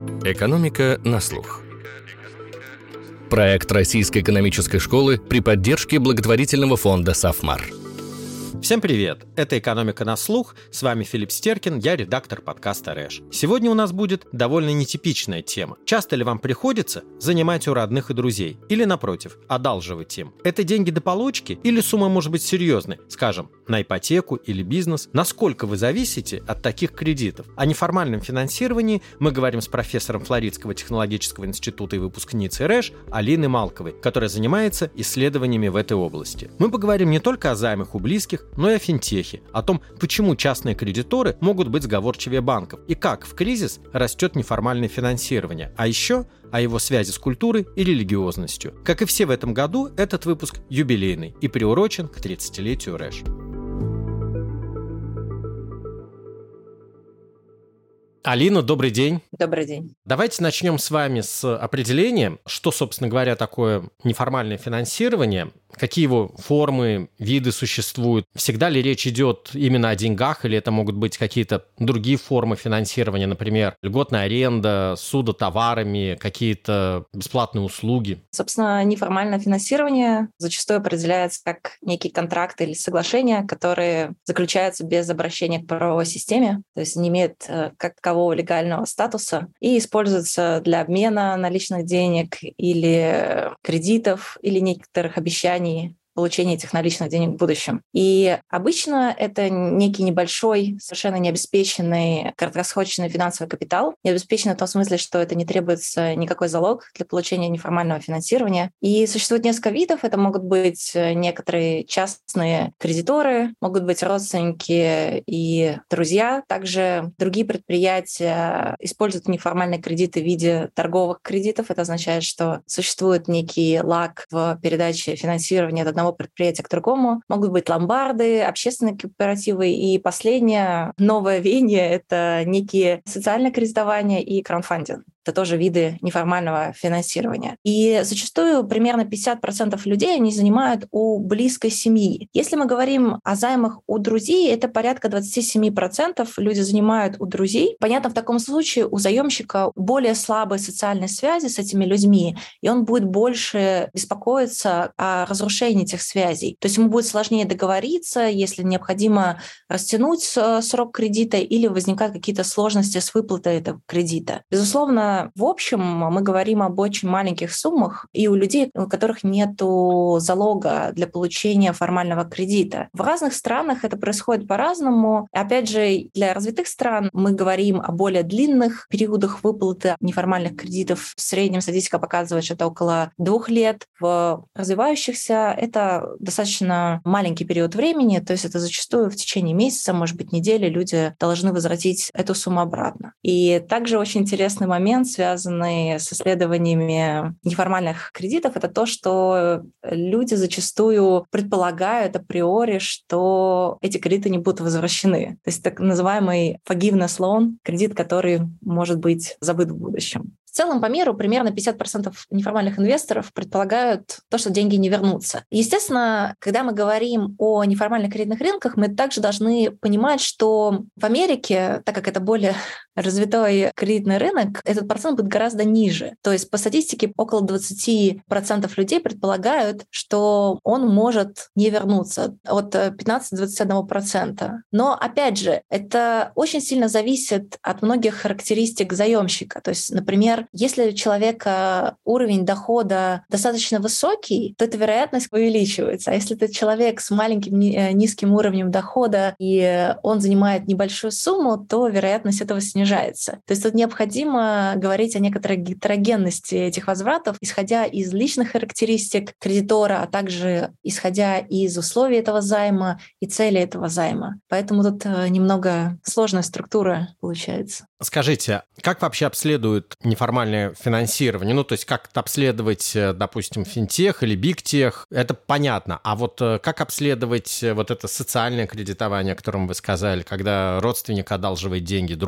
Экономика на слух. Проект Российской экономической школы при поддержке благотворительного фонда «Сафмар». Всем привет! Это «Экономика на слух», с вами Филипп Стеркин, я редактор подкаста «Рэш». Сегодня у нас будет довольно нетипичная тема. Часто ли вам приходится занимать у родных и друзей? Или, напротив, одалживать им? Это деньги до получки или сумма может быть серьезной? Скажем, на ипотеку или бизнес? Насколько вы зависите от таких кредитов? О неформальном финансировании мы говорим с профессором Флоридского технологического института и выпускницей РЭШ Алиной Малковой, которая занимается исследованиями в этой области. Мы поговорим не только о займах у близких, но и о финтехе, о том, почему частные кредиторы могут быть сговорчивее банков и как в кризис растет неформальное финансирование, а еще о его связи с культурой и религиозностью. Как и все в этом году, этот выпуск юбилейный и приурочен к 30-летию РЭШ. Алина, добрый день. Добрый день. Давайте начнем с вами с определения, что, собственно говоря, такое неформальное финансирование, какие его формы, виды существуют, всегда ли речь идет именно о деньгах, или это могут быть какие-то другие формы финансирования, например, льготная аренда, ссуда товарами, какие-то бесплатные услуги? Собственно, неформальное финансирование зачастую определяется как некие контракты или соглашения, которые заключаются без обращения к правовой системе, то есть не имеют как такового легального статуса и используются для обмена наличных денег или кредитов или некоторых обещаний получения этих наличных денег в будущем. И обычно это некий небольшой, совершенно необеспеченный краткосрочный финансовый капитал. Необеспеченный в том смысле, что это не требуется никакой залог для получения неформального финансирования. И существует несколько видов. Это могут быть некоторые частные кредиторы, могут быть родственники и друзья. Также другие предприятия используют неформальные кредиты в виде торговых кредитов. Это означает, что существует некий лаг в передаче финансирования от одного предприятия к другому. Могут быть ломбарды, общественные кооперативы. И последнее новое веяние — это некие социальное кредитование и краудфандинг. Это тоже виды неформального финансирования. И зачастую примерно 50% людей они занимают у близкой семьи. Если мы говорим о займах у друзей, это порядка 27% люди занимают у друзей. Понятно, в таком случае у заемщика более слабые социальные связи с этими людьми, и он будет больше беспокоиться о разрушении этих связей. То есть ему будет сложнее договориться, если необходимо растянуть срок кредита или возникают какие-то сложности с выплатой этого кредита. Безусловно, в общем, мы говорим об очень маленьких суммах и у людей, у которых нет залога для получения формального кредита. В разных странах это происходит по-разному. Опять же, для развитых стран мы говорим о более длинных периодах выплаты неформальных кредитов. В среднем статистика показывает, что это около 2 лет. В развивающихся это достаточно маленький период времени, то есть это зачастую в течение месяца, может быть, недели люди должны возвратить эту сумму обратно. И также очень интересный момент, связанный с исследованиями неформальных кредитов, это то, что люди зачастую предполагают априори, что эти кредиты не будут возвращены. То есть так называемый forgiveness loan, кредит, который может быть забыт в будущем. В целом, по миру примерно 50% неформальных инвесторов предполагают то, что деньги не вернутся. Естественно, когда мы говорим о неформальных кредитных рынках, мы также должны понимать, что в Америке, так как это более развитой кредитный рынок, этот процент будет гораздо ниже. То есть по статистике около 20% людей предполагают, что он может не вернуться, от 15-21%. Но, опять же, это очень сильно зависит от многих характеристик заемщика. То есть, например, если у человека уровень дохода достаточно высокий, то эта вероятность увеличивается. А если это человек с маленьким низким уровнем дохода и он занимает небольшую сумму, то вероятность этого снижается. То есть тут необходимо говорить о некоторой гетерогенности этих возвратов, исходя из личных характеристик кредитора, а также исходя из условий этого займа и цели этого займа. Поэтому тут немного сложная структура получается. Скажите, как вообще обследуют неформальное финансирование? Ну, то есть как обследовать, допустим, финтех или бигтех? Это понятно. А вот как обследовать вот это социальное кредитование, о котором вы сказали, когда родственник одалживает деньги, друг, знакомый,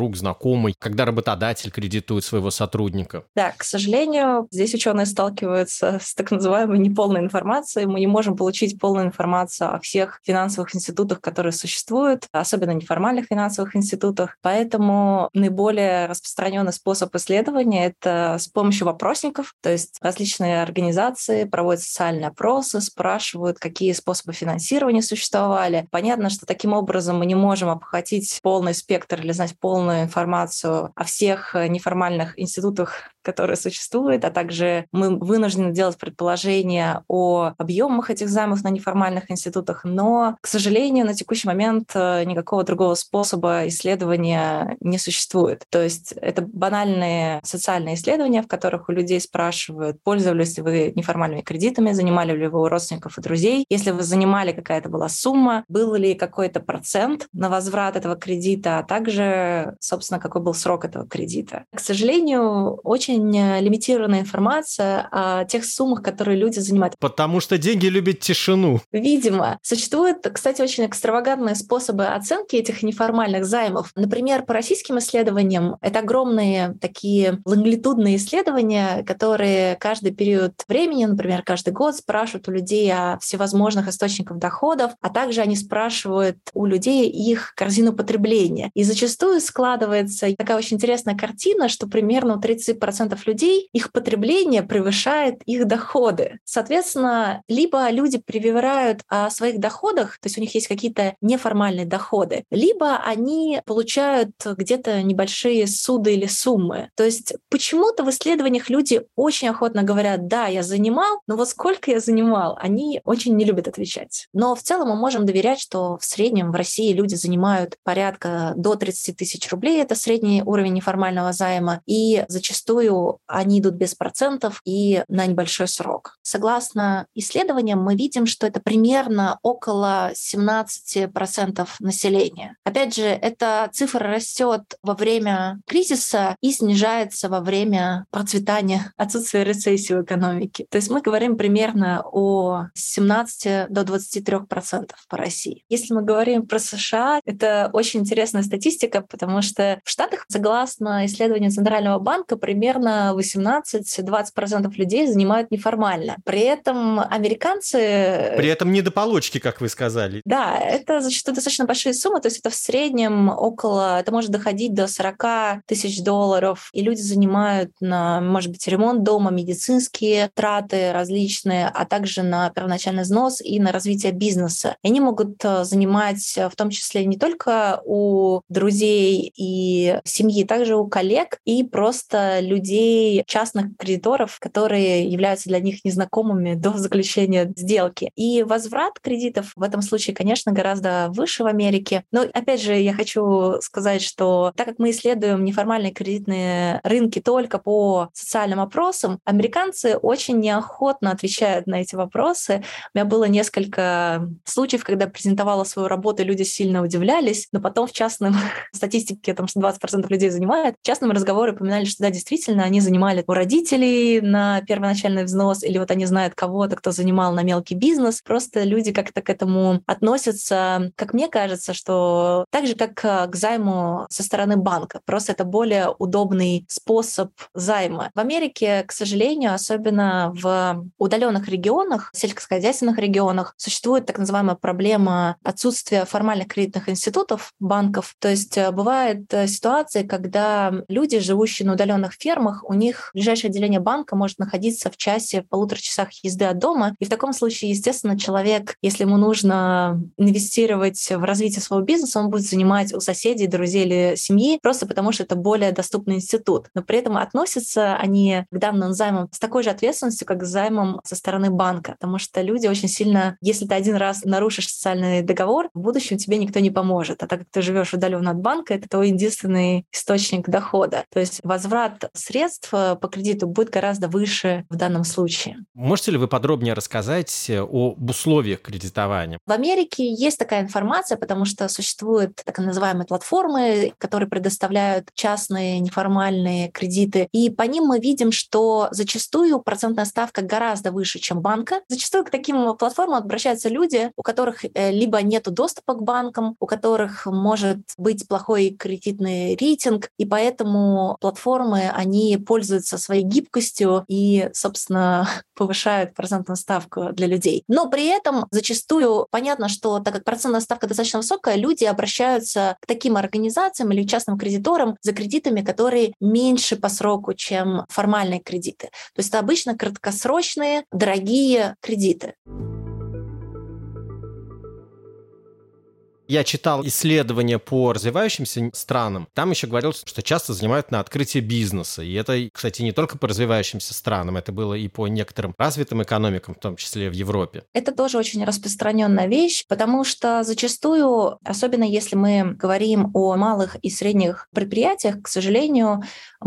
знакомый, когда работодатель кредитует своего сотрудника? Да, к сожалению, здесь ученые сталкиваются с так называемой неполной информацией. Мы не можем получить полную информацию о всех финансовых институтах, которые существуют, особенно неформальных финансовых институтах. Поэтому наиболее распространенный способ исследования — это с помощью вопросников. То есть различные организации проводят социальные опросы, спрашивают, какие способы финансирования существовали. Понятно, что таким образом мы не можем обхватить полный спектр или знать полную информацию о всех неформальных институтах, которые существуют, а также мы вынуждены делать предположения о объемах этих займов на неформальных институтах, но, к сожалению, на текущий момент никакого другого способа исследования не существует. То есть это банальные социальные исследования, в которых у людей спрашивают, пользовались ли вы неформальными кредитами, занимали ли вы у родственников и друзей. Если вы занимали, какая-то была сумма, был ли какой-то процент на возврат этого кредита, а также, собственно, какой был срок этого кредита. К сожалению, очень лимитированная информация о тех суммах, которые люди занимают. Потому что деньги любят тишину. Видимо. Существуют, кстати, очень экстравагантные способы оценки этих неформальных займов. Например, по российским исследованиям это огромные такие лонгитудные исследования, которые каждый период времени, например, каждый год спрашивают у людей о всевозможных источниках доходов, а также они спрашивают у людей их корзину потребления. И зачастую складывается такая очень интересная картина, что примерно у 30% людей их потребление превышает их доходы. Соответственно, либо люди привирают о своих доходах, то есть у них есть какие-то неформальные доходы, либо они получают где-то небольшие суды или суммы. То есть почему-то в исследованиях люди очень охотно говорят: да, я занимал, но вот сколько я занимал, они очень не любят отвечать. Но в целом мы можем доверять, что в среднем в России люди занимают порядка до 30 тысяч рублей, это средний уровень неформального займа, и зачастую они идут без процентов и на небольшой срок. Согласно исследованиям, мы видим, что это примерно около 17% населения. Опять же, эта цифра растет во время кризиса и снижается во время процветания, отсутствия рецессии в экономике. То есть мы говорим примерно о 17 до 23% по России. Если мы говорим про США, это очень интересная статистика, потому что в Штатах, согласно исследованию Центрального банка, примерно 18-20% людей занимают неформально. При этом американцы... При этом не до получки, как вы сказали. Да, это зачастую достаточно большие суммы, то есть это в среднем это может доходить до 40 тысяч долларов, и люди занимают на, может быть, ремонт дома, медицинские траты различные, а также на первоначальный взнос и на развитие бизнеса. И они могут занимать в том числе не только у друзей и семьи, также у коллег и просто людей, частных кредиторов, которые являются для них незнакомыми до заключения сделки. И возврат кредитов в этом случае, конечно, гораздо выше в Америке. Но, опять же, я хочу сказать, что так как мы исследуем неформальные кредитные рынки только по социальным опросам, американцы очень неохотно отвечают на эти вопросы. У меня было несколько случаев, когда я презентовала свою работу, и люди сильно удивлялись, но потом в частном статистике о том, что 20% людей занимают, в частном разговоре упоминали, что да, действительно, они занимали у родителей на первоначальный взнос, или вот они знают кого-то, кто занимал на мелкий бизнес. Просто люди как-то к этому относятся, как мне кажется, что так же, как к займу со стороны банка. Просто это более удобный способ займа. В Америке, к сожалению, особенно в удаленных регионах, сельскохозяйственных регионах, существует так называемая проблема отсутствия формальных кредитных институтов, банков. То есть бывают ситуации, когда люди, живущие на удаленных фермах, у них ближайшее отделение банка может находиться в часе, полутора часах езды от дома. И в таком случае, естественно, человек, если ему нужно инвестировать в развитие своего бизнеса, он будет занимать у соседей, друзей или семьи, просто потому что это более доступный институт. Но при этом относятся они к данным займам с такой же ответственностью, как к займам со стороны банка. Потому что люди очень сильно, если ты один раз нарушишь социальный договор, в будущем тебе никто не поможет. А так как ты живешь удаленно от банка, это твой единственный источник дохода. То есть возврат средств по кредиту будет гораздо выше в данном случае. Можете ли вы подробнее рассказать об условиях кредитования? В Америке есть такая информация, потому что существуют так называемые платформы, которые предоставляют частные неформальные кредиты. И по ним мы видим, что зачастую процентная ставка гораздо выше, чем банка. Зачастую к таким платформам обращаются люди, у которых либо нет доступа к банкам, у которых может быть плохой кредитный кредитный рейтинг, и поэтому платформы, они пользуются своей гибкостью и, собственно, повышают процентную ставку для людей. Но при этом зачастую понятно, что так как процентная ставка достаточно высокая, люди обращаются к таким организациям или частным кредиторам за кредитами, которые меньше по сроку, чем формальные кредиты. То есть это обычно краткосрочные, дорогие кредиты. Я читал исследования по развивающимся странам. Там еще говорилось, что часто занимают на открытие бизнеса. И это, кстати, не только по развивающимся странам, это было и по некоторым развитым экономикам, в том числе в Европе. Это тоже очень распространенная вещь, потому что зачастую, особенно если мы говорим о малых и средних предприятиях, к сожалению,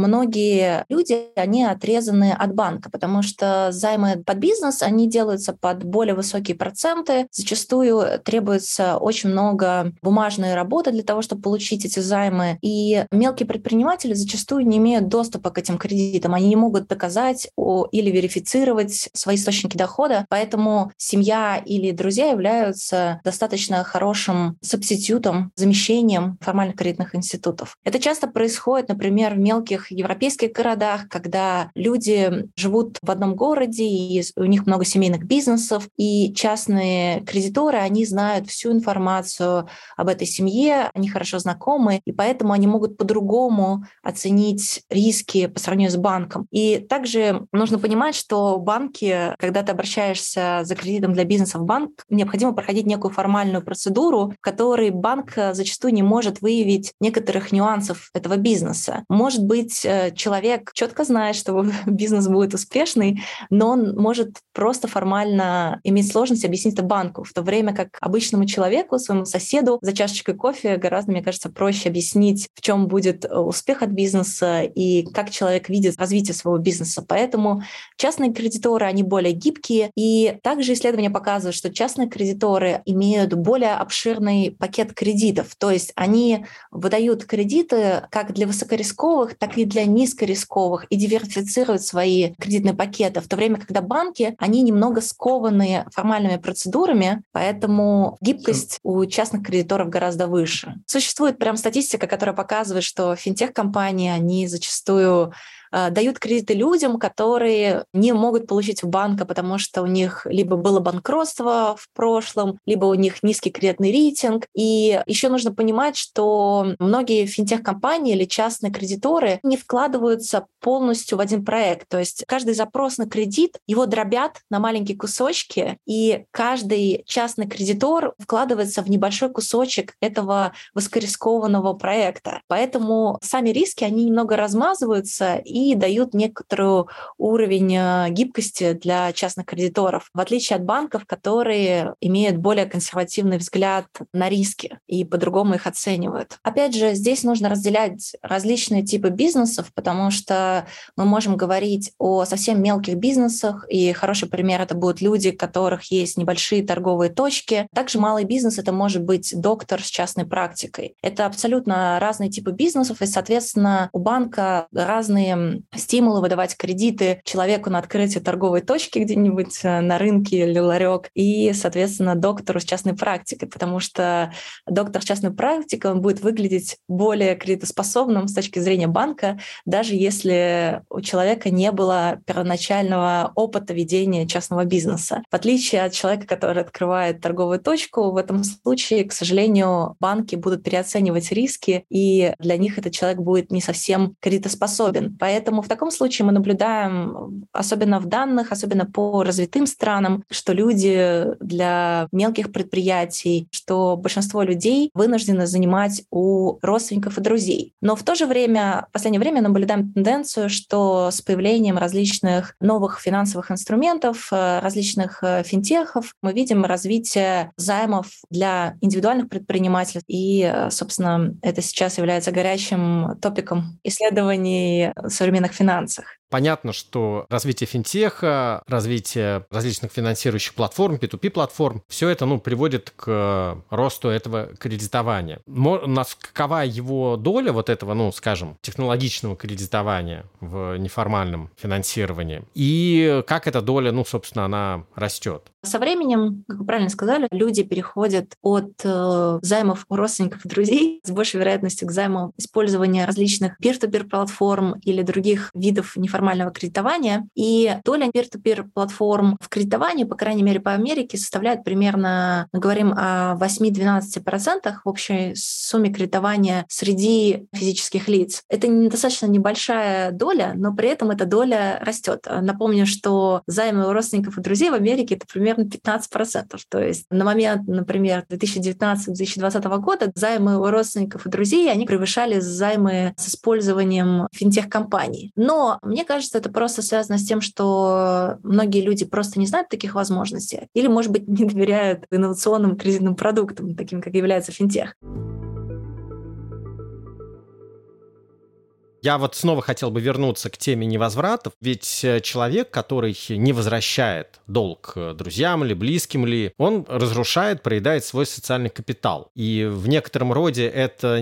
многие люди, они отрезаны от банка, потому что займы под бизнес, они делаются под более высокие проценты. Зачастую требуется очень много бумажной работы для того, чтобы получить эти займы. И мелкие предприниматели зачастую не имеют доступа к этим кредитам. Они не могут доказать или верифицировать свои источники дохода. Поэтому семья или друзья являются достаточно хорошим субститутом, замещением формальных кредитных институтов. Это часто происходит, например, в мелких европейских городах, когда люди живут в одном городе, и у них много семейных бизнесов, и частные кредиторы, они знают всю информацию об этой семье, они хорошо знакомы, и поэтому они могут по-другому оценить риски по сравнению с банком. И также нужно понимать, что банки, когда ты обращаешься за кредитом для бизнеса в банк, необходимо проходить некую формальную процедуру, в которой банк зачастую не может выявить некоторых нюансов этого бизнеса. Может быть, человек четко знает, что бизнес будет успешный, но он может просто формально иметь сложность объяснить это банку, в то время как обычному человеку, своему соседу, за чашечкой кофе гораздо, мне кажется, проще объяснить, в чем будет успех от бизнеса и как человек видит развитие своего бизнеса. Поэтому частные кредиторы, они более гибкие. И также исследования показывают, что частные кредиторы имеют более обширный пакет кредитов. То есть они выдают кредиты как для высокорисковых, так и для низкорисковых и диверсифицируют свои кредитные пакеты. В то время, когда банки, они немного скованы формальными процедурами, поэтому гибкость у частных кредиторов гораздо выше. Существует прям статистика, которая показывает, что финтех-компании, они зачастую дают кредиты людям, которые не могут получить у банка, потому что у них либо было банкротство в прошлом, либо у них низкий кредитный рейтинг. И еще нужно понимать, что многие финтех-компании или частные кредиторы не вкладываются полностью в один проект. То есть каждый запрос на кредит, его дробят на маленькие кусочки, и каждый частный кредитор вкладывается в небольшой кусочек этого высокорискованного проекта. Поэтому сами риски, они немного размазываются и дают некоторый уровень гибкости для частных кредиторов, в отличие от банков, которые имеют более консервативный взгляд на риски и по-другому их оценивают. Опять же, здесь нужно разделять различные типы бизнесов, потому что мы можем говорить о совсем мелких бизнесах, и хороший пример — это будут люди, у которых есть небольшие торговые точки. Также малый бизнес — это может быть доктор с частной практикой. Это абсолютно разные типы бизнесов, и, соответственно, у банка разные стимулы выдавать кредиты человеку на открытие торговой точки где-нибудь на рынке или ларек, и, соответственно, доктору с частной практикой, потому что доктор с частной практикой, он будет выглядеть более кредитоспособным с точки зрения банка, даже если у человека не было первоначального опыта ведения частного бизнеса. В отличие от человека, который открывает торговую точку, в этом случае, к сожалению, банки будут переоценивать риски, и для них этот человек будет не совсем кредитоспособен. Поэтому в таком случае мы наблюдаем, особенно в данных, особенно по развитым странам, что люди для мелких предприятий, что большинство людей вынуждены занимать у родственников и друзей. Но в то же время, в последнее время наблюдаем тенденцию, что с появлением различных новых финансовых инструментов, различных финтехов, мы видим развитие займов для индивидуальных предпринимателей. И, собственно, это сейчас является горячим топиком исследований в современных финансах. Понятно, что развитие финтеха, развитие различных финансирующих платформ, P2P-платформ, все это приводит к росту этого кредитования. Какова его доля вот этого, скажем, технологичного кредитования в неформальном финансировании? И как эта доля, собственно, она растет? Со временем, как вы правильно сказали, люди переходят от займов у родственников и друзей с большей вероятностью к займам использования различных peer-to-peer-платформ или других видов неформального кредитования. И доля peer-to-peer-платформ в кредитовании, по крайней мере, по Америке, составляет примерно, мы говорим о 8-12% в общей сумме кредитования среди физических лиц. Это достаточно небольшая доля, но при этом эта доля растет. Напомню, что займы у родственников и друзей в Америке — это примерно 15%. То есть на момент, например, 2019-2020 года займы у родственников и друзей, они превышали займы с использованием финтех-компаний. Но мне кажется, это просто связано с тем, что многие люди просто не знают таких возможностей или, может быть, не доверяют инновационным кредитным продуктам, таким, как является финтех. Я снова хотел бы вернуться к теме невозвратов, ведь человек, который не возвращает долг друзьям или близким ли, он разрушает, проедает свой социальный капитал. И в некотором роде это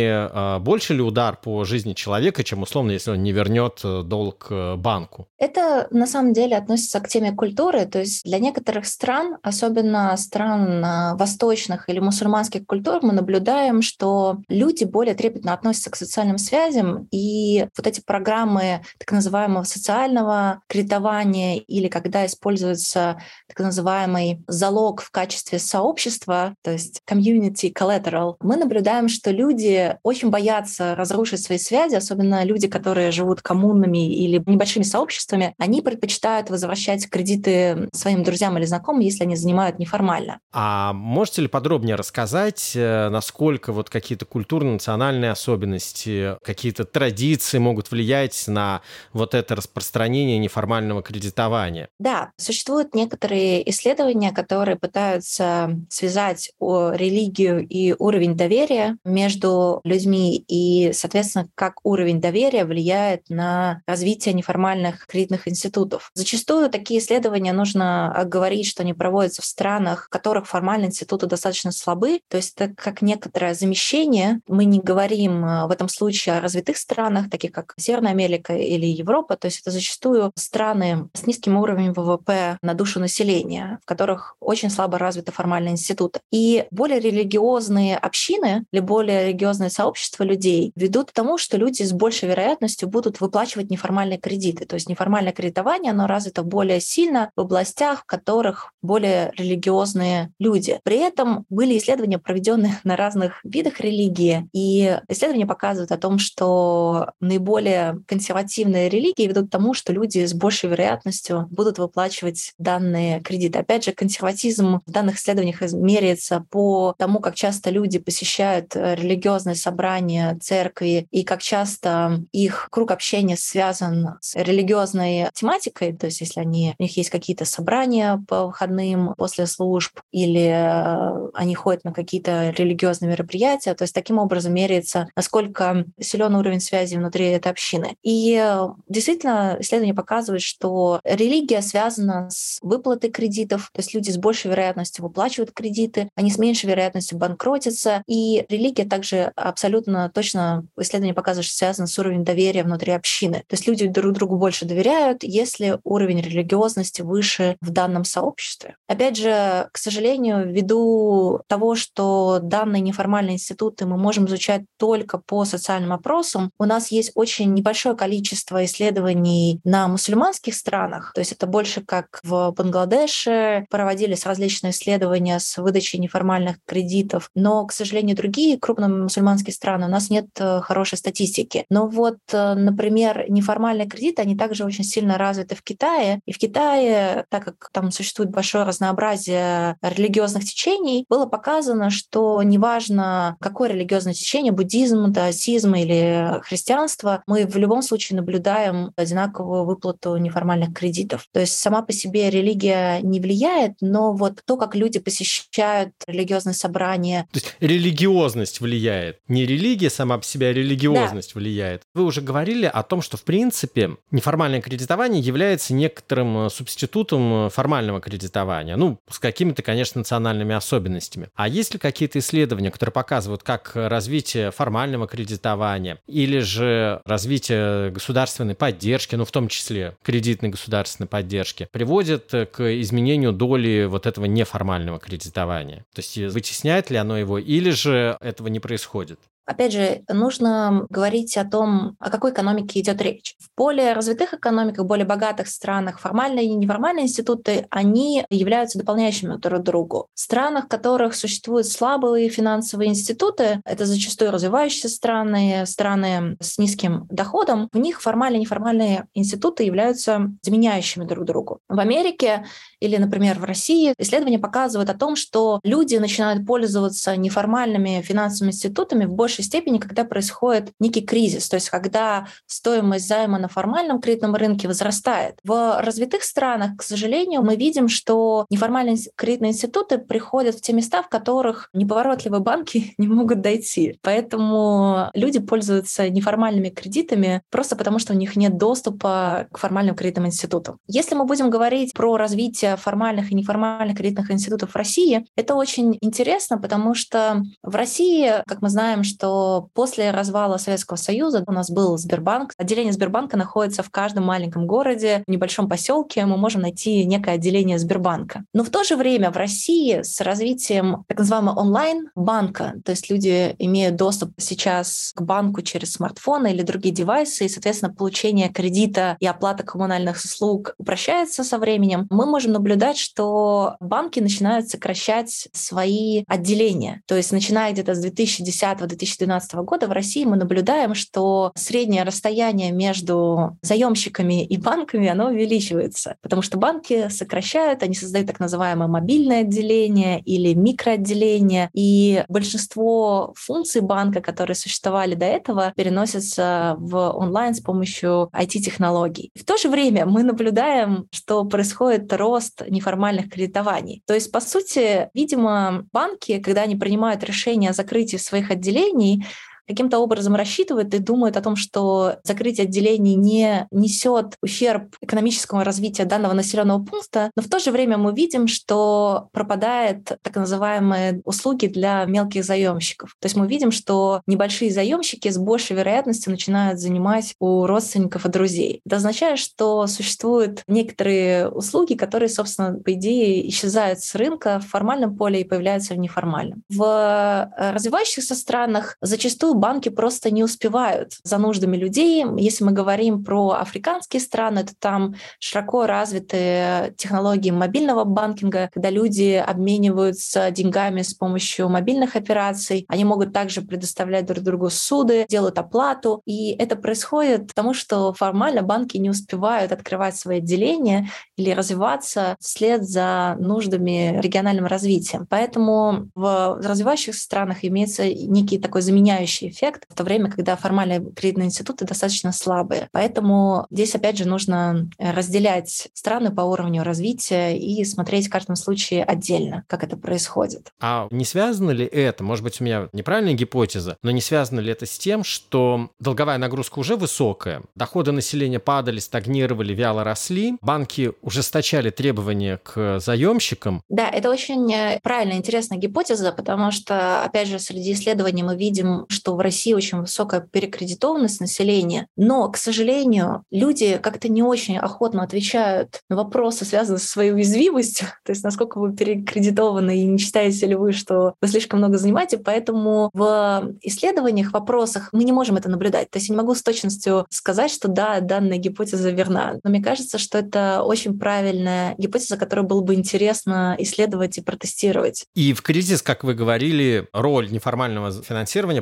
не больше ли удар по жизни человека, чем, условно, если он не вернет долг банку? Это на самом деле относится к теме культуры. То есть для некоторых стран, особенно стран восточных или мусульманских культур, мы наблюдаем, что люди более трепетно относятся к социальным связям, и вот эти программы так называемого социального кредитования или когда используется так называемый залог в качестве сообщества, то есть community collateral, мы наблюдаем, что люди очень боятся разрушить свои связи, особенно люди, которые живут коммунами или небольшими сообществами, они предпочитают возвращать кредиты своим друзьям или знакомым, если они занимают неформально. А можете ли подробнее рассказать, насколько какие-то культурно-национальные особенности, какие-то традиции могут влиять на это распространение неформального кредитования? Да, существуют некоторые исследования, которые пытаются связать религию и уровень доверия между людьми и, соответственно, как уровень доверия влияет на развитие неформальных кредитных институтов. Зачастую такие исследования нужно говорить, что они проводятся в странах, в которых формальные институты достаточно слабы, то есть это как некоторое замещение. Мы не говорим в этом случае о развитых странах, таких как Северная Америка или Европа, то есть это зачастую страны с низким уровнем ВВП на душу населения, в которых очень слабо развиты формальные институты. И более религиозные общины или более религиозные сообщества людей ведут к тому, что люди с большей вероятностью будут выплачивать неформальные кредиты. То есть неформальное кредитование, оно развито более сильно в областях, в которых более религиозные люди. При этом были исследования, проведенные на разных видах религии, и исследования показывают о том, что наиболее консервативные религии ведут к тому, что люди с большей вероятностью будут выплачивать данные кредиты. Опять же, консерватизм в данных исследованиях меряется по тому, как часто люди посещают религиозные собрания, церкви, и как часто их круг общения связан с религиозной тематикой, то есть если у них есть какие-то собрания по выходным после служб, или они ходят на какие-то религиозные мероприятия, то есть таким образом меряется, насколько силен уровень связи внутри этой общины. И действительно, исследования показывают, что религия связана с выплатой кредитов, то есть люди с большей вероятностью выплачивают кредиты, они с меньшей вероятностью банкротятся, и религия также абсолютно точно, исследования показывают, что связана с уровнем доверия внутри общины. То есть люди друг другу больше доверяют, если уровень религиозности выше в данном сообществе. Опять же, к сожалению, ввиду того, что данные неформальные институты мы можем изучать только по социальным опросам, у нас есть очень небольшое количество исследований на мусульманских странах, то есть это больше как в Бангладеше проводились различные исследования с выдачей неформальных кредитов, но, к сожалению, другие крупные мусульманские страны у нас нет хорошей статистики. Но например, неформальные кредиты, они также очень сильно развиты в Китае, и в Китае, так как там существует большое разнообразие религиозных течений, было показано, что неважно, какое религиозное течение, буддизм, даосизм или христианства, мы в любом случае наблюдаем одинаковую выплату неформальных кредитов. То есть сама по себе религия не влияет, но вот то, как люди посещают религиозные собрания. То есть религиозность влияет. Не религия сама по себе, а религиозность влияет. Вы уже говорили о том, что, в принципе, неформальное кредитование является некоторым субститутом формального кредитования. Ну, с какими-то, конечно, национальными особенностями. А есть ли какие-то исследования, которые показывают, как развитие формального кредитования или же развитие государственной поддержки, ну, в том числе кредитной государственной поддержки, приводит к изменению доли вот этого неформального кредитования? То есть вытесняет ли оно его, или же этого не происходит? Опять же, нужно говорить о том, о какой экономике идет речь. В более развитых экономиках, более богатых странах формальные и неформальные институты, они являются дополняющими друг другу. В странах, в которых существуют слабые финансовые институты, это зачастую развивающиеся страны, страны с низким доходом, в них формальные и неформальные институты являются заменяющими друг другу. В Америке или, например, в России исследования показывают о том, что люди начинают пользоваться неформальными финансовыми институтами в большей степени, когда происходит некий кризис, то есть когда стоимость займа на формальном кредитном рынке возрастает. В развитых странах, к сожалению, мы видим, что неформальные кредитные институты приходят в те места, в которых неповоротливые банки не могут дойти. Поэтому люди пользуются неформальными кредитами просто потому, что у них нет доступа к формальным кредитным институтам. Если мы будем говорить про развитие формальных и неформальных кредитных институтов в России, это очень интересно, потому что в России, как мы знаем, что после развала Советского Союза у нас был Сбербанк. Отделение Сбербанка находится в каждом маленьком городе, в небольшом поселке. Мы можем найти некое отделение Сбербанка. Но в то же время в России с развитием так называемого онлайн-банка, то есть люди имеют доступ сейчас к банку через смартфоны или другие девайсы, и, соответственно, получение кредита и оплата коммунальных услуг упрощается со временем, мы можем наблюдать, что банки начинают сокращать свои отделения. То есть начиная где-то с 2010-2012 года в России мы наблюдаем, что среднее расстояние между заемщиками и банками, оно увеличивается, потому что банки сокращают, они создают так называемое мобильное отделение или микроотделение, и большинство функций банка, которые существовали до этого, переносятся в онлайн с помощью IT-технологий. В то же время мы наблюдаем, что происходит рост неформальных кредитований. То есть, по сути, видимо, банки, когда они принимают решение о закрытии своих отделений, каким-то образом рассчитывают и думают о том, что закрытие отделений не несет ущерб экономическому развитию данного населенного пункта, но в то же время мы видим, что пропадают так называемые услуги для мелких заемщиков. То есть мы видим, что небольшие заемщики с большей вероятностью начинают занимать у родственников и друзей. Это означает, что существуют некоторые услуги, которые, собственно, по идее, исчезают с рынка в формальном поле и появляются в неформальном. В развивающихся странах зачастую банки просто не успевают за нуждами людей. Если мы говорим про африканские страны, то там широко развиты технологии мобильного банкинга, когда люди обмениваются деньгами с помощью мобильных операций. Они могут также предоставлять друг другу суды, делают оплату. И это происходит потому, что формально банки не успевают открывать свои отделения или развиваться вслед за нуждами региональным развитием. Поэтому в развивающихся странах имеется некий такой заменяющий эффект, в то время, когда формальные кредитные институты достаточно слабые. Поэтому здесь, опять же, нужно разделять страны по уровню развития и смотреть в каждом случае отдельно, как это происходит. А не связано ли это, может быть, у меня неправильная гипотеза, но не связано ли это с тем, что долговая нагрузка уже высокая, доходы населения падали, стагнировали, вяло росли, банки ужесточали требования к заемщикам? Да, это очень правильная, интересная гипотеза, потому что, опять же, среди исследований мы видим, что в России очень высокая перекредитованность населения, но, к сожалению, люди как-то не очень охотно отвечают на вопросы, связанные со своей уязвимостью, то есть насколько вы перекредитованы и не считаете ли вы, что вы слишком много занимаете, поэтому в исследованиях, в вопросах мы не можем это наблюдать. То есть я не могу с точностью сказать, что да, данная гипотеза верна, но мне кажется, что это очень правильная гипотеза, которую было бы интересно исследовать и протестировать. И в кризис, как вы говорили, роль неформального финансирования по этой причине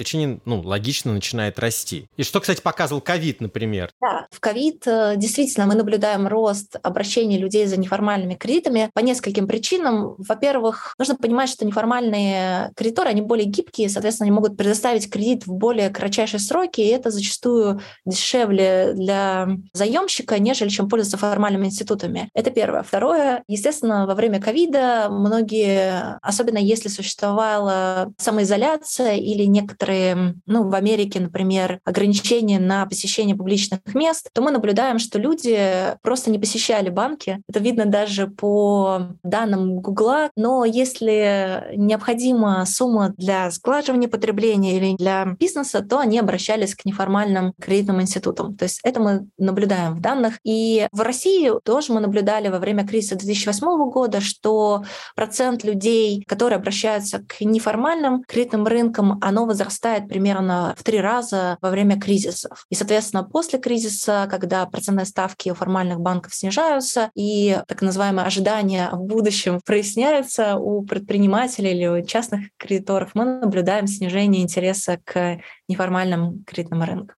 причине, логично начинает расти. И что, кстати, показывал ковид, например. Да, в ковид действительно мы наблюдаем рост обращений людей за неформальными кредитами по нескольким причинам. Во-первых, нужно понимать, что неформальные кредиторы, они более гибкие, соответственно, они могут предоставить кредит в более кратчайшие сроки, и это зачастую дешевле для заемщика, нежели чем пользоваться формальными институтами. Это первое. Второе, естественно, во время ковида многие, особенно если существовала самоизоляция или некоторые, в Америке, например, ограничения на посещение публичных мест, то мы наблюдаем, что люди просто не посещали банки. Это видно даже по данным Гугла. Но если необходима сумма для сглаживания потребления или для бизнеса, то они обращались к неформальным кредитным институтам. То есть это мы наблюдаем в данных. И в России тоже мы наблюдали во время кризиса 2008 года, что процент людей, которые обращаются к неформальным кредитным рынкам, оно возрастает примерно в 3 раза во время кризисов. И, соответственно, после кризиса, когда процентные ставки у формальных банков снижаются и так называемые ожидания в будущем проясняются у предпринимателей или у частных кредиторов, мы наблюдаем снижение интереса к неформальным кредитным рынкам.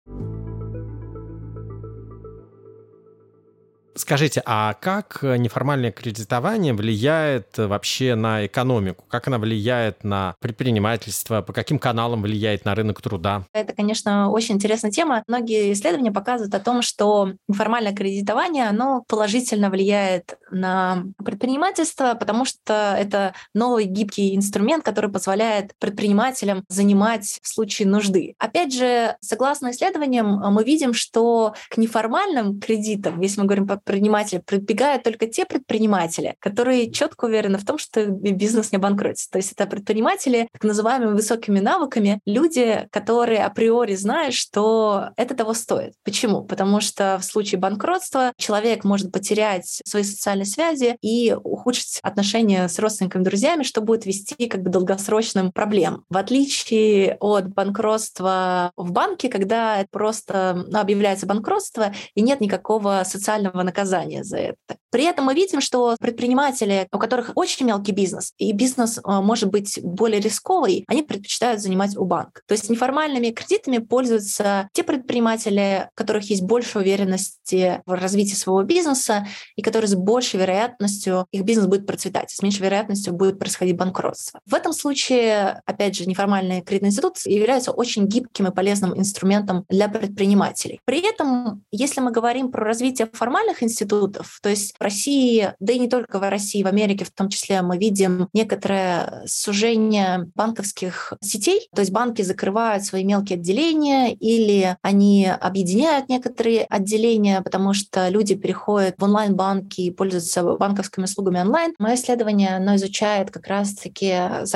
Скажите, а как неформальное кредитование влияет вообще на экономику? Как она влияет на предпринимательство? По каким каналам влияет на рынок труда? Это, конечно, очень интересная тема. Многие исследования показывают о том, что неформальное кредитование, оно положительно влияет на предпринимательство, потому что это новый гибкий инструмент, который позволяет предпринимателям занимать в случае нужды. Опять же, согласно исследованиям, мы видим, что к неформальным кредитам, если мы говорим про предприниматели, прибегают только те предприниматели, которые четко уверены в том, что бизнес не обанкротится. То есть это предприниматели так называемыми высокими навыками, люди, которые априори знают, что это того стоит. Почему? Потому что в случае банкротства человек может потерять свои социальные связи и ухудшить отношения с родственниками, друзьями, что будет вести к долгосрочным проблемам. В отличие от банкротства в банке, когда просто объявляется банкротство и нет никакого социального наказания за это. При этом мы видим, что предприниматели, у которых очень мелкий бизнес, и бизнес может быть более рисковый, они предпочитают занимать у банка. То есть неформальными кредитами пользуются те предприниматели, у которых есть больше уверенности в развитии своего бизнеса и которые с большей вероятностью их бизнес будет процветать, с меньшей вероятностью будет происходить банкротство. В этом случае, опять же, неформальный кредитный институт является очень гибким и полезным инструментом для предпринимателей. При этом, если мы говорим про развитие формальных институтов, то есть в России, да и не только в России, в Америке в том числе, мы видим некоторое сужение банковских сетей, то есть банки закрывают свои мелкие отделения или они объединяют некоторые отделения, потому что люди переходят в онлайн-банки и пользуются банковскими услугами онлайн. Мое исследование, оно изучает как раз-таки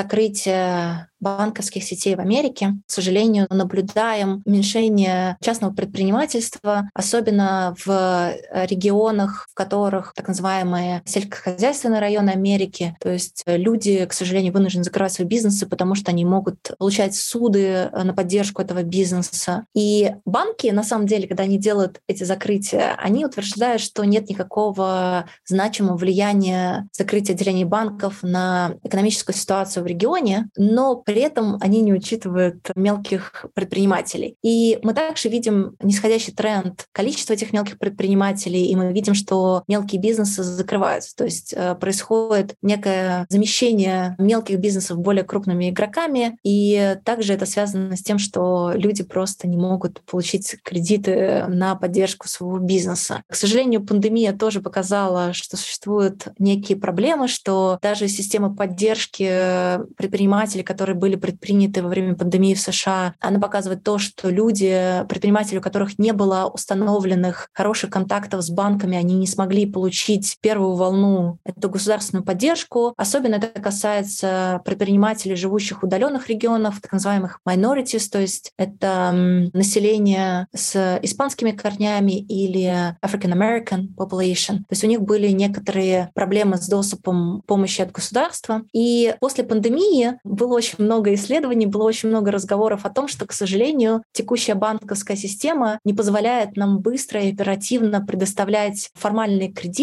закрытие банковских сетей в Америке. К сожалению, наблюдаем уменьшение частного предпринимательства, особенно в регионах, в которых так называемые сельскохозяйственные районы Америки. То есть люди, к сожалению, вынуждены закрывать свои бизнесы, потому что они могут получать суды на поддержку этого бизнеса. И банки, на самом деле, когда они делают эти закрытия, они утверждают, что нет никакого значимого влияния закрытия отделений банков на экономическую ситуацию в регионе, но при этом они не учитывают мелких предпринимателей. И мы также видим нисходящий тренд количества этих мелких предпринимателей, и мы видим, что мелкие бизнесы закрываются. То есть происходит некое замещение мелких бизнесов более крупными игроками, и также это связано с тем, что люди просто не могут получить кредиты на поддержку своего бизнеса. К сожалению, пандемия тоже показала, что существуют некие проблемы, что даже система поддержки предпринимателей, которые были предприняты во время пандемии в США, она показывает то, что люди, предприниматели, у которых не было установленных хороших контактов с банками, они не смогли получить первую волну эту государственную поддержку. Особенно это касается предпринимателей, живущих в удаленных регионах, так называемых minorities, то есть это население с испанскими корнями или African American population. То есть у них были некоторые проблемы с доступом к помощи от государства. И после пандемии было очень много исследований, было очень много разговоров о том, что, к сожалению, текущая банковская система не позволяет нам быстро и оперативно предоставлять формальные кредиты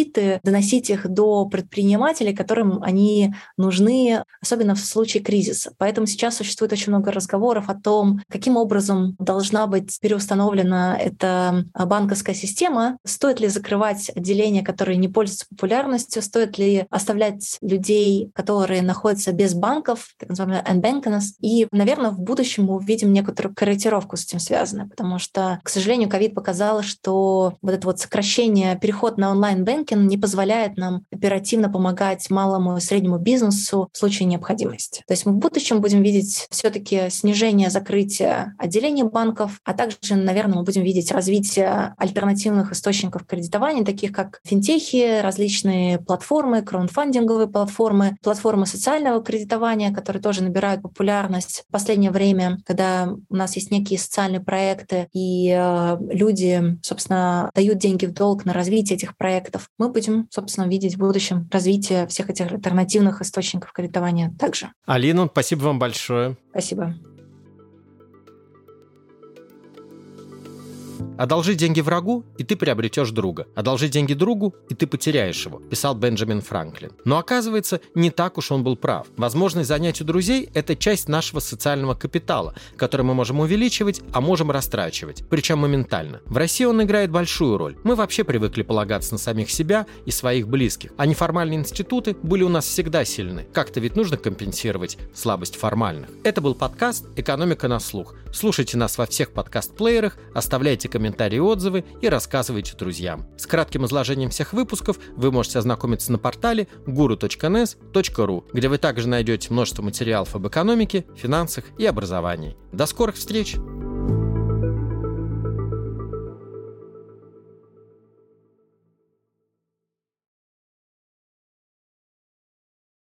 кредиты, доносить их до предпринимателей, которым они нужны, особенно в случае кризиса. Поэтому сейчас существует очень много разговоров о том, каким образом должна быть переустановлена эта банковская система, стоит ли закрывать отделения, которые не пользуются популярностью, стоит ли оставлять людей, которые находятся без банков, так называемый unbankedness. И, наверное, в будущем мы увидим некоторую корректировку с этим связанную, потому что, к сожалению, ковид показал, что вот это вот сокращение, переход на онлайн-бэнкинг не позволяет нам оперативно помогать малому и среднему бизнесу в случае необходимости. То есть мы в будущем будем видеть все-таки снижение закрытия отделений банков, а также, наверное, мы будем видеть развитие альтернативных источников кредитования, таких как финтехи, различные платформы, краудфандинговые платформы, платформы социального кредитования, которые тоже набирают популярность в последнее время, когда у нас есть некие социальные проекты, и люди, собственно, дают деньги в долг на развитие этих проектов. Мы будем, собственно, видеть в будущем развитие всех этих альтернативных источников кредитования также. Алина, спасибо вам большое. Спасибо. «Одолжи деньги врагу, и ты приобретешь друга. Одолжи деньги другу, и ты потеряешь его», писал Бенджамин Франклин. Но оказывается, не так уж он был прав. Возможность занять у друзей – это часть нашего социального капитала, который мы можем увеличивать, а можем растрачивать, причем моментально. В России он играет большую роль. Мы вообще привыкли полагаться на самих себя и своих близких, а неформальные институты были у нас всегда сильны. Как-то ведь нужно компенсировать слабость формальных. Это был подкаст «Экономика на слух». Слушайте нас во всех подкаст-плеерах, оставляйте комментарии и отзывы и рассказывайте друзьям. С кратким изложением всех выпусков вы можете ознакомиться на портале guru.nes.ru, где вы также найдете множество материалов об экономике, финансах и образовании. До скорых встреч!